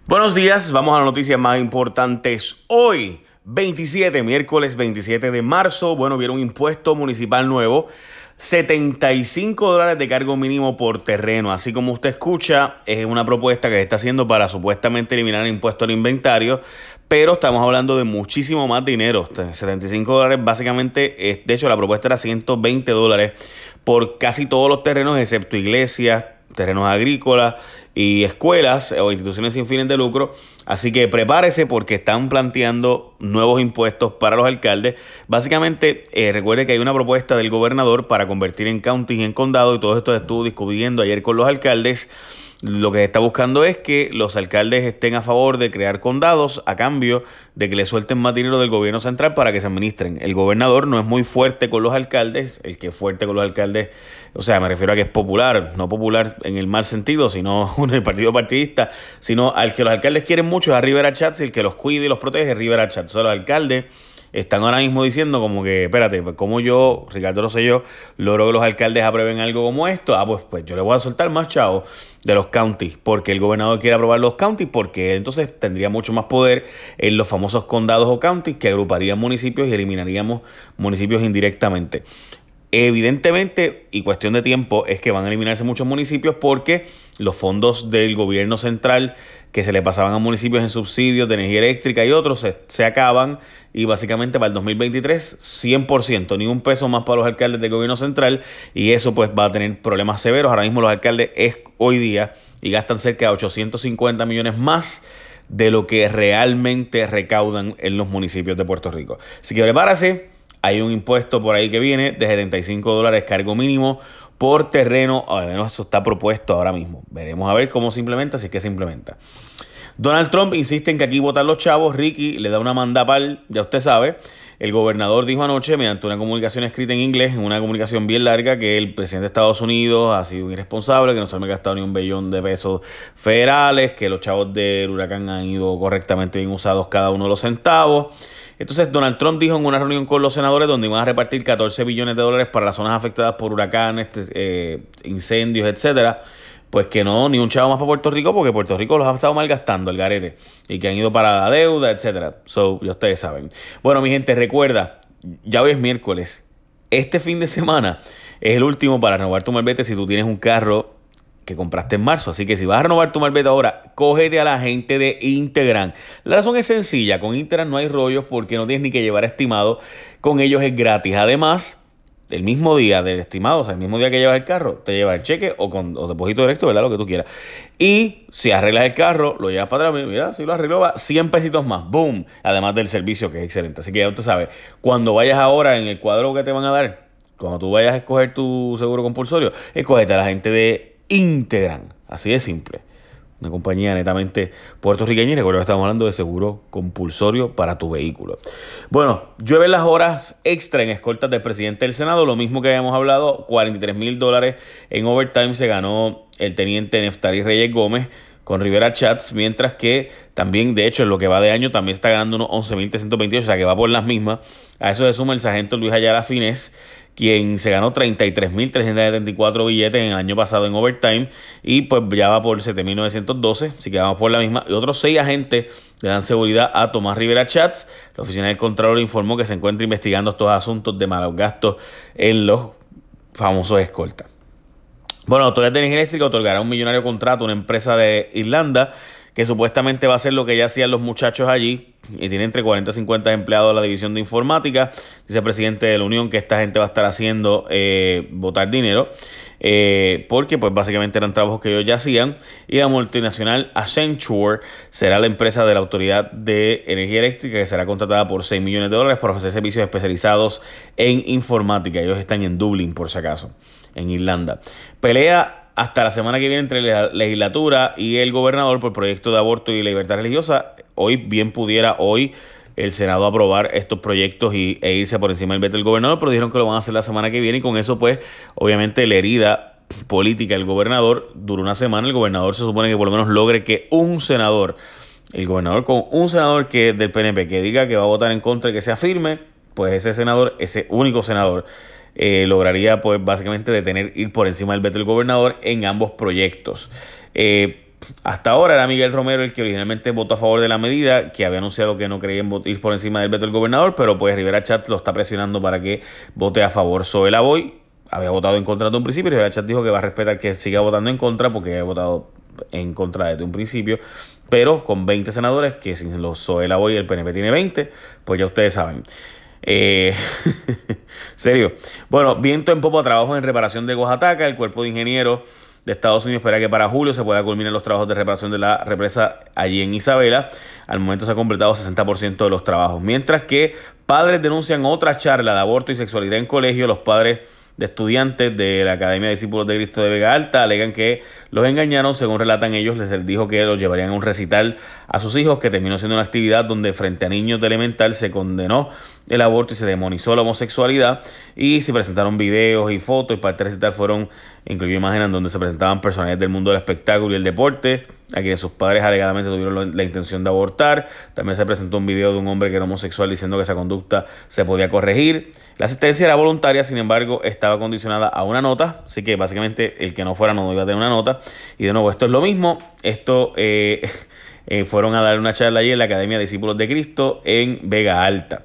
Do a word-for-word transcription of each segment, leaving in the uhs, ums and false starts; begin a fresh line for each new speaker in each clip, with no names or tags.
Buenos días, vamos a las noticias más importantes hoy, veintisiete, miércoles veintisiete de marzo. Bueno, viene un impuesto municipal nuevo, setenta y cinco dólares de cargo mínimo por terreno. Así como usted escucha, es una propuesta que se está haciendo para supuestamente eliminar el impuesto al inventario, pero estamos hablando de muchísimo más dinero. setenta y cinco dólares básicamente, es, de hecho la propuesta era ciento veinte dólares por casi todos los terrenos, excepto iglesias, terrenos agrícolas y escuelas o instituciones sin fines de lucro. Así que prepárese porque están planteando nuevos impuestos para los alcaldes. Básicamente, eh, recuerde que hay una propuesta del gobernador para convertir en counties y en condado, y todo esto estuvo discutiendo ayer con los alcaldes. Lo que se está buscando es que los alcaldes estén a favor de crear condados a cambio de que le suelten más dinero del gobierno central para que se administren. El gobernador no es muy fuerte con los alcaldes. El que es fuerte con los alcaldes, o sea, me refiero a que es popular, no popular en el mal sentido, sino en el partido partidista, sino al que los alcaldes quieren mucho es a Rivera Schatz, y el que los cuida y los protege es Rivera Schatz. O sea, los alcaldes están ahora mismo diciendo como que, espérate, pues como yo, Ricardo Rosselló, logro que los alcaldes aprueben algo como esto, ah, pues, pues yo le voy a soltar más chavo de los counties, porque el gobernador quiere aprobar los counties, porque él entonces tendría mucho más poder en los famosos condados o counties que agruparían municipios y eliminaríamos municipios indirectamente. Evidentemente, y cuestión de tiempo, es que van a eliminarse muchos municipios porque los fondos del gobierno central que se le pasaban a municipios en subsidios de energía eléctrica y otros se, se acaban, y básicamente para el dos mil veintitrés cien por ciento, ni un peso más para los alcaldes del gobierno central, y eso pues va a tener problemas severos. Ahora mismo los alcaldes es hoy día y gastan cerca de ochocientos cincuenta millones más de lo que realmente recaudan en los municipios de Puerto Rico. Así que prepárase. Hay un impuesto por ahí que viene de setenta y cinco dólares cargo mínimo por terreno. Al menos eso está propuesto ahora mismo. Veremos a ver cómo se implementa, si es que se implementa. Donald Trump insiste en que aquí votan los chavos. Ricky le da una mandapal, ya usted sabe. El gobernador dijo anoche, mediante una comunicación escrita en inglés, en una comunicación bien larga, que el presidente de Estados Unidos ha sido un irresponsable, que no se ha gastado ni un billón de pesos federales, que los chavos del huracán han ido correctamente bien usados cada uno de los centavos. Entonces, Donald Trump dijo en una reunión con los senadores donde iban a repartir catorce billones de dólares para las zonas afectadas por huracanes, eh, incendios, etcétera, pues que no, ni un chavo más para Puerto Rico, porque Puerto Rico los ha estado malgastando el garete y que han ido para la deuda, etcétera. So, ya ustedes saben. Bueno, mi gente, recuerda, ya hoy es miércoles. Este fin de semana es el último para renovar tu malvete si tú tienes un carro que compraste en marzo. Así que si vas a renovar tu malvete ahora, cógete a la gente de Integran. La razón es sencilla. Con Integran no hay rollos porque no tienes ni que llevar estimado. Con ellos es gratis. Además, el mismo día del estimado, o sea, el mismo día que llevas el carro, te llevas el cheque o con o depósito directo, ¿verdad? Lo que tú quieras. Y si arreglas el carro, lo llevas para atrás, mira, si lo arreglo va cien pesitos más. ¡Boom! Además del servicio, que es excelente. Así que ya tú sabes, cuando vayas ahora en el cuadro que te van a dar, cuando tú vayas a escoger tu seguro compulsorio, escógete a la gente de Integran, así de simple. Una compañía netamente puertorriqueña, y recuerda que estamos hablando de seguro compulsorio para tu vehículo. Bueno, llueven las horas extra en escoltas del presidente del Senado, lo mismo que habíamos hablado, cuarenta y tres mil dólares en overtime se ganó el teniente Neftali Reyes Gómez con Rivera Schatz, mientras que también, de hecho, en lo que va de año también está ganando unos once mil trescientos veintiocho, o sea que va por las mismas. A eso se suma el sargento Luis Ayala Finés, quien se ganó treinta y tres mil trescientos setenta y cuatro billetes en el año pasado en overtime, y pues ya va por siete mil novecientos doce, así que vamos por la misma. Y otros seis agentes le dan seguridad a Tomás Rivera Schatz. La oficina del Contralor informó que se encuentra investigando estos asuntos de malos gastos en los famosos escoltas. Bueno, la Autoridad de Energía Eléctrica otorgará un millonario contrato a una empresa de Irlanda que supuestamente va a hacer lo que ya hacían los muchachos allí, y tiene entre cuarenta y cincuenta empleados la división de informática. Dice el presidente de la Unión que esta gente va a estar haciendo eh, botar dinero, eh, porque pues básicamente eran trabajos que ellos ya hacían, y la multinacional Accenture será la empresa de la Autoridad de Energía Eléctrica que será contratada por seis millones de dólares para ofrecer servicios especializados en informática. Ellos están en Dublín, por si acaso, en Irlanda. Pelea hasta la semana que viene entre la legislatura y el gobernador por proyecto de aborto y libertad religiosa. Hoy bien pudiera hoy el Senado aprobar estos proyectos y, e irse por encima del veto del gobernador, pero dijeron que lo van a hacer la semana que viene, y con eso pues obviamente la herida política del gobernador dura una semana. El gobernador se supone que por lo menos logre que un senador, el gobernador con un senador que del P N P que diga que va a votar en contra y que sea firme, pues ese senador, ese único senador, Eh, lograría pues básicamente detener, ir por encima del veto del gobernador en ambos proyectos. Eh, hasta ahora era Miguel Romero el que originalmente votó a favor de la medida, que había anunciado que no creía en ir por encima del veto del gobernador, pero pues Rivera Chat lo está presionando para que vote a favor. Zoe Lavoy había votado en contra desde un principio y Rivera Chat dijo que va a respetar que siga votando en contra porque había votado en contra desde un principio, pero con veinte senadores, que sin los Zoe Lavoy el P N P tiene veinte, pues ya ustedes saben. Eh, serio. Bueno, viento en popa, trabajo en reparación de Oaxaca. El cuerpo de ingenieros de Estados Unidos espera que para julio se pueda culminar los trabajos de reparación de la represa allí en Isabela. Al momento se ha completado sesenta por ciento de los trabajos. Mientras que padres denuncian otra charla de aborto y sexualidad en colegio. Los padres de estudiantes de la Academia de Discípulos de Cristo de Vega Alta alegan que los engañaron. Según relatan ellos, les dijo que los llevarían a un recital a sus hijos, que terminó siendo una actividad donde frente a niños de elemental se condenó el aborto y se demonizó la homosexualidad, y se presentaron videos y fotos, y parte del recital fueron incluidas imágenes en donde se presentaban personajes del mundo del espectáculo y el deporte a quienes sus padres alegadamente tuvieron la intención de abortar. También se presentó un video de un hombre que era homosexual diciendo que esa conducta se podía corregir. La asistencia era voluntaria, sin embargo estaba condicionada a una nota, así que básicamente el que no fuera no iba a tener una nota. Y de nuevo, esto es lo mismo. Esto eh, eh, fueron a dar una charla allí en la Academia de Discípulos de Cristo en Vega Alta.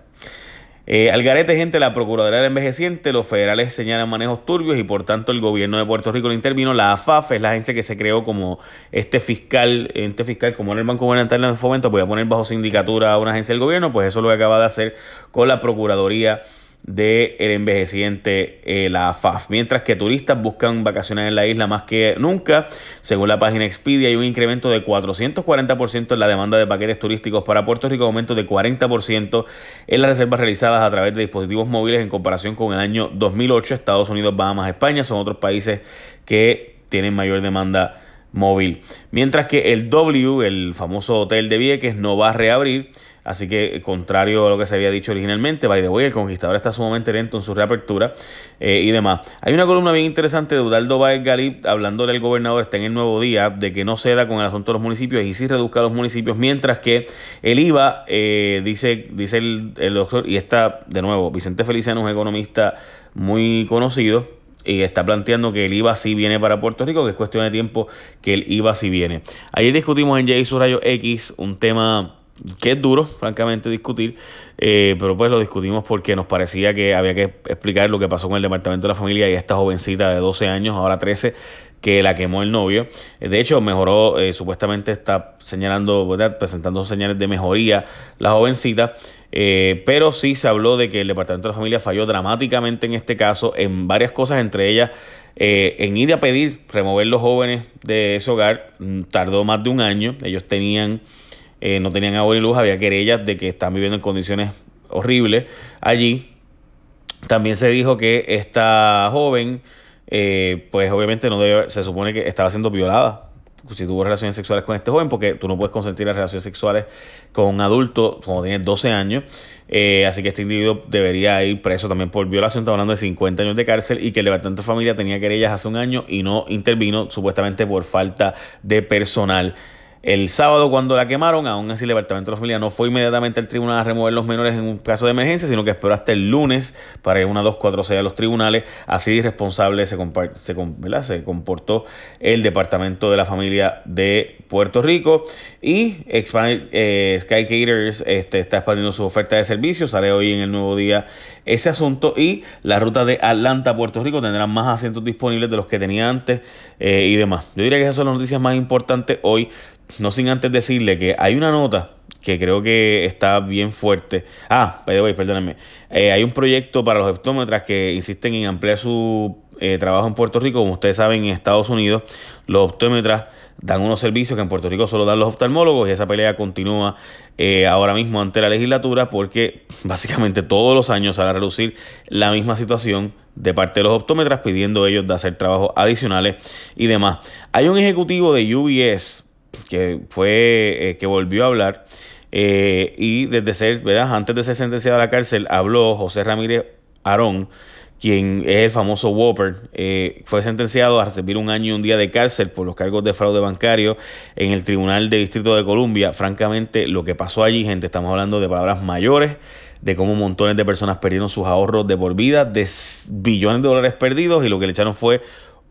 Eh, Algarete, gente, la Procuraduría del Envejeciente, los federales señalan manejos turbios y por tanto el gobierno de Puerto Rico no intervino. La A F A F es la agencia que se creó como este fiscal, este fiscal como en el Banco Gubernamental de Fomento, voy a poner bajo sindicatura a una agencia del gobierno, pues eso es lo que acaba de hacer con la Procuraduría del Envejeciente, eh, la A F A F. Mientras que turistas buscan vacaciones en la isla más que nunca. Según la página Expedia, hay un incremento de cuatrocientos cuarenta por ciento en la demanda de paquetes turísticos para Puerto Rico, aumento de cuarenta por ciento en las reservas realizadas a través de dispositivos móviles en comparación con el año dos mil ocho. Estados Unidos, Bahamas, España son otros países que tienen mayor demanda móvil. Mientras que el W, el famoso hotel de Vieques, no va a reabrir. Así que, contrario a lo que se había dicho originalmente, by the way, el Conquistador está sumamente lento en su reapertura eh, y demás. Hay una columna bien interesante de Udaldo Báez Galip hablándole al gobernador, está en el Nuevo Día, de que no ceda con el asunto de los municipios y sí reduzca los municipios, mientras que el I V A, eh, dice, dice el, el doctor, y está, de nuevo, Vicente Feliciano, un economista muy conocido, y está planteando que el I V A sí viene para Puerto Rico, que es cuestión de tiempo que el I V A sí viene. Ayer discutimos en J. Rayo X un tema que es duro, francamente, discutir, eh, pero pues lo discutimos porque nos parecía que había que explicar lo que pasó con el Departamento de la Familia y esta jovencita de doce años, ahora trece, que la quemó el novio. De hecho, mejoró, eh, supuestamente está señalando, ¿verdad?, presentando señales de mejoría la jovencita, eh, pero sí se habló de que el Departamento de la Familia falló dramáticamente en este caso, en varias cosas, entre ellas eh, en ir a pedir remover los jóvenes de ese hogar. Tardó más de un año. Ellos tenían Eh, no tenían agua ni luz, había querellas de que están viviendo en condiciones horribles allí. También se dijo que esta joven, eh, pues obviamente no debe, se supone que estaba siendo violada si tuvo relaciones sexuales con este joven, porque tú no puedes consentir las relaciones sexuales con un adulto cuando tienes doce años. Eh, así que este individuo debería ir preso también por violación. Estamos hablando de cincuenta años de cárcel, y que el Departamento de Familia tenía querellas hace un año y no intervino, supuestamente por falta de personal. El sábado, cuando la quemaron, aún así el Departamento de la Familia no fue inmediatamente al tribunal a remover los menores en un caso de emergencia, sino que esperó hasta el lunes para ir a una dos cuatro seis a los tribunales. Así de irresponsable se, se, ¿verdad? se comportó el Departamento de la Familia de Puerto Rico. Y Expand, eh, Sky Caterers este, está expandiendo su oferta de servicios. Sale hoy en el Nuevo Día ese asunto. Y la ruta de Atlanta a Puerto Rico tendrá más asientos disponibles de los que tenía antes, eh, y demás. Yo diría que esas son las noticias más importantes hoy. No sin antes decirle que hay una nota que creo que está bien fuerte. Ah, by the way, perdónenme. Eh, hay un proyecto para los optómetras que insisten en ampliar su eh, trabajo en Puerto Rico. Como ustedes saben, en Estados Unidos los optómetras dan unos servicios que en Puerto Rico solo dan los oftalmólogos, y esa pelea continúa eh, ahora mismo ante la legislatura, porque básicamente todos los años sale a relucir la misma situación de parte de los optómetras, pidiendo ellos de hacer trabajos adicionales y demás. Hay un ejecutivo de U B S que fue eh, que volvió a hablar, eh, y desde ser, ¿verdad? antes de ser sentenciado a la cárcel, habló José Ramírez Arón, quien es el famoso Whopper. Eh, fue sentenciado a recibir un año y un día de cárcel por los cargos de fraude bancario en el Tribunal de Distrito de Columbia. Francamente, lo que pasó allí, gente, estamos hablando de palabras mayores, de cómo montones de personas perdieron sus ahorros de por vida, de billones de dólares perdidos, y lo que le echaron fue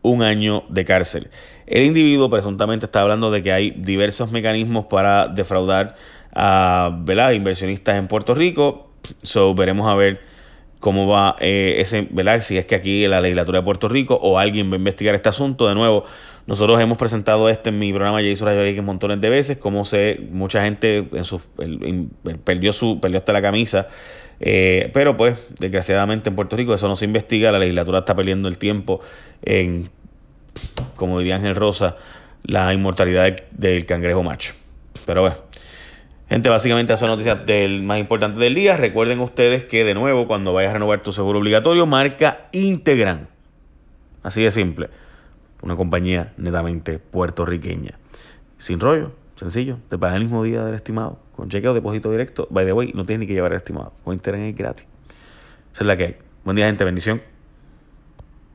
un año de cárcel. El individuo presuntamente está hablando de que hay diversos mecanismos para defraudar a, ¿verdad?, inversionistas en Puerto Rico. So, veremos a ver cómo va eh, ese, ¿verdad?, si es que aquí la legislatura de Puerto Rico o alguien va a investigar este asunto. De nuevo, nosotros hemos presentado esto en mi programa Jason Rayo X montones de veces, como sé, mucha gente en su, el, el, perdió su perdió hasta la camisa, eh, pero pues desgraciadamente en Puerto Rico eso no se investiga. La legislatura está perdiendo el tiempo en, como diría Ángel Rosa, la inmortalidad del, del cangrejo macho. Pero bueno, gente, básicamente esas son noticias del más importante del día. Recuerden ustedes que, de nuevo, cuando vayas a renovar tu seguro obligatorio, marca Integran. Así de simple. Una compañía netamente puertorriqueña. Sin rollo, sencillo. Te pagan el mismo día del estimado. Con cheque o depósito directo. By the way, no tienes ni que llevar el estimado. Con Integran es gratis. Esa es la que hay. Buen día, gente. Bendición.